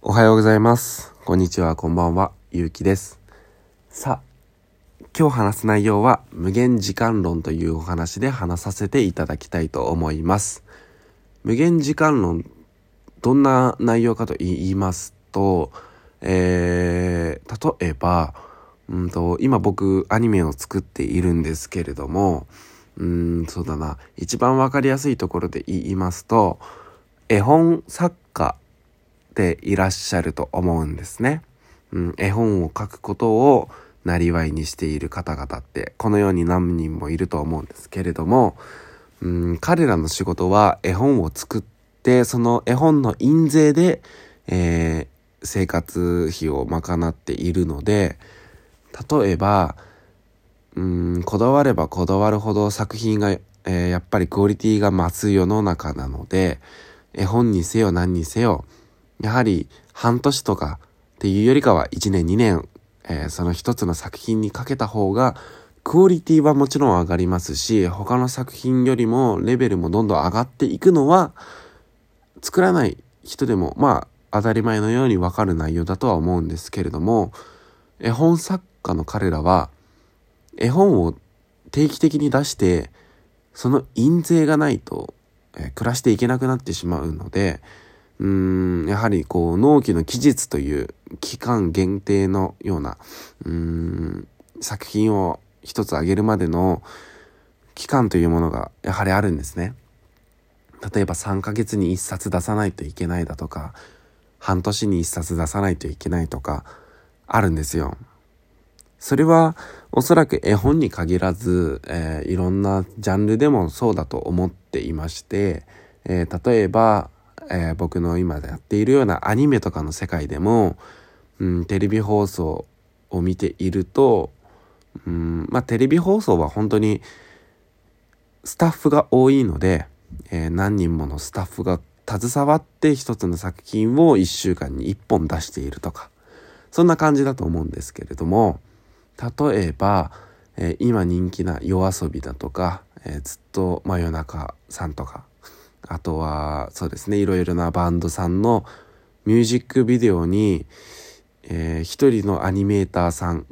おはようございます。こんにちは、こんばんは、ゆうきです。さあ、今日話す内容は無限時間論というお話で話させていただきたいと思います。無限時間論、どんな内容かと言いますと、例えば、今僕アニメを作っているんですけれども、そうだな、一番わかりやすいところで言いますと、絵本作家でいらっしゃると思うんですね。絵本を書くことを生りにしている方々ってこのように何人もいると思うんですけれども、彼らの仕事は絵本を作ってその絵本の印税で、生活費を賄っているので、例えばこだわればこだわるほど作品が、やっぱりクオリティが増す世の中なので、絵本にせよ何にせよやはり半年とかっていうよりかは1年2年、その一つの作品にかけた方がクオリティはもちろん上がりますし、他の作品よりもレベルもどんどん上がっていくのは作らない人でも当たり前のようにわかる内容だとは思うんですけれども、絵本作家の彼らは絵本を定期的に出してその印税がないと、暮らしていけなくなってしまうので、やはり納期の期日という期間限定のような作品を一つ上げるまでの期間というものがやはりあるんですね。例えば3ヶ月に1冊出さないといけないだとか、半年に1冊出さないといけないとかあるんですよ。それはおそらく絵本に限らず、いろんなジャンルでもそうだと思っていまして、例えば僕の今やっているようなアニメとかの世界でも、テレビ放送を見ていると、テレビ放送は本当にスタッフが多いので、何人ものスタッフが携わって一つの作品を1週間に1本出しているとか、そんな感じだと思うんですけれども、例えば、今人気なYOASOBIだとか、ずっと真夜中さんとか、あとはそうですね、いろいろなバンドさんのミュージックビデオに、一人のアニメーターさん、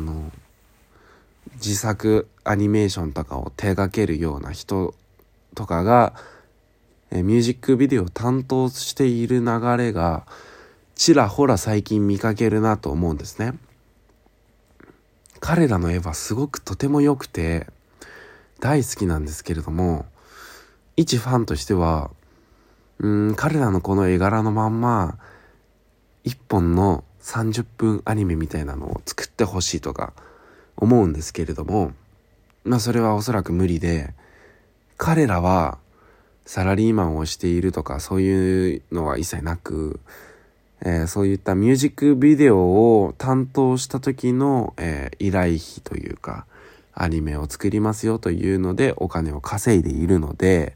自作アニメーションとかを手掛けるような人とかが、ミュージックビデオを担当している流れがちらほら最近見かけるなと思うんですね。彼らの絵はすごくとても良くて大好きなんですけれども、一ファンとしては彼らのこの絵柄のまんま一本の30分アニメみたいなのを作ってほしいとか思うんですけれども、それはおそらく無理で、彼らはサラリーマンをしているとかそういうのは一切なく、そういったミュージックビデオを担当した時の、依頼費というかアニメを作りますよというのでお金を稼いでいるので、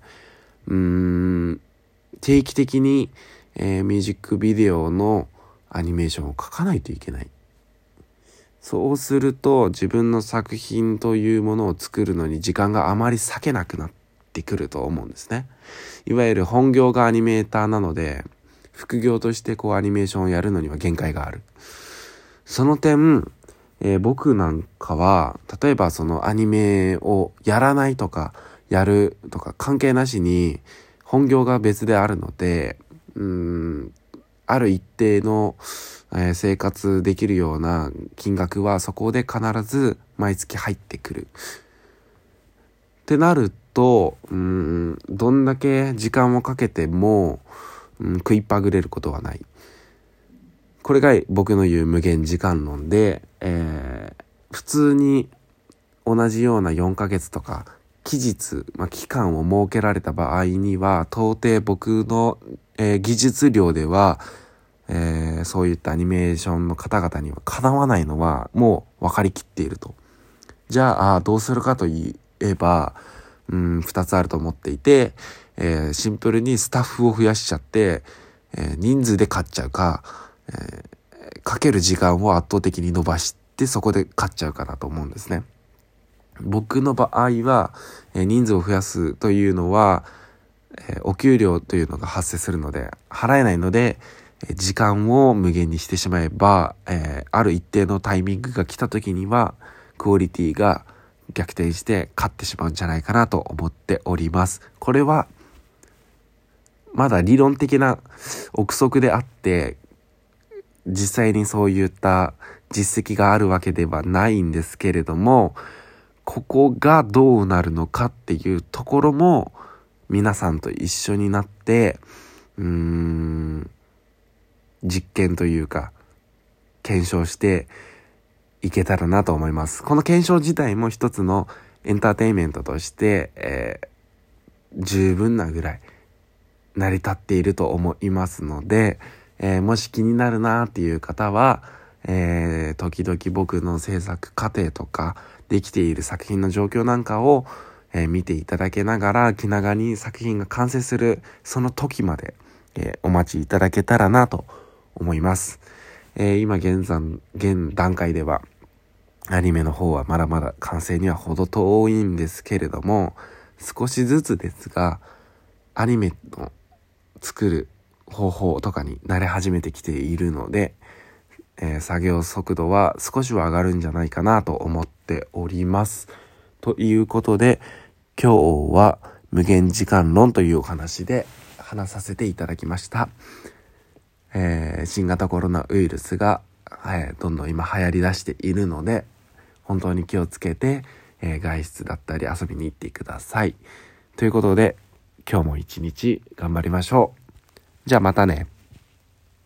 定期的に、ミュージックビデオのアニメーションを描かないといけない。そうすると自分の作品というものを作るのに時間があまり割けなくなってくると思うんですね。いわゆる本業がアニメーターなので、副業としてアニメーションをやるのには限界がある。その点、僕なんかは例えばそのアニメをやらないとかやるとか関係なしに本業が別であるので、ある一定の、生活できるような金額はそこで必ず毎月入ってくるってなると、どんだけ時間をかけても、食いっぱぐれることはない。これが僕の言う無限時間論で、普通に同じような4ヶ月とか期日、期間を設けられた場合には到底僕の、技術量では、そういったアニメーションの方々にはかなわないのはもう分かりきっていると。じゃあどうするかといえば、2つあると思っていて、シンプルにスタッフを増やしちゃって、人数で勝っちゃうか、かける時間を圧倒的に伸ばしてそこで勝っちゃうかなと思うんですね。僕の場合は、人数を増やすというのは、お給料というのが発生するので払えないので、 時間を無限にしてしまえば、ある一定のタイミングが来た時にはクオリティが逆転して勝ってしまうんじゃないかなと思っております。これはまだ理論的な憶測であって、実際にそういった実績があるわけではないんですけれども、ここがどうなるのかっていうところも皆さんと一緒になって実験というか検証していけたらなと思います。この検証自体も一つのエンターテインメントとして、十分なぐらい成り立っていると思いますので、もし気になるなっていう方は、時々僕の制作過程とかできている作品の状況なんかを、見ていただけながら気長に作品が完成するその時まで、お待ちいただけたらなと思います。今現段階ではアニメの方はまだまだ完成には程遠いんですけれども、少しずつですがアニメの作る方法とかに慣れ始めてきているので、作業速度は少しは上がるんじゃないかなと思っております。ということで今日は無限時間論というお話で話させていただきました。新型コロナウイルスが、どんどん今流行り出しているので本当に気をつけて、外出だったり遊びに行ってください。ということで今日も一日頑張りましょう。じゃあまたね。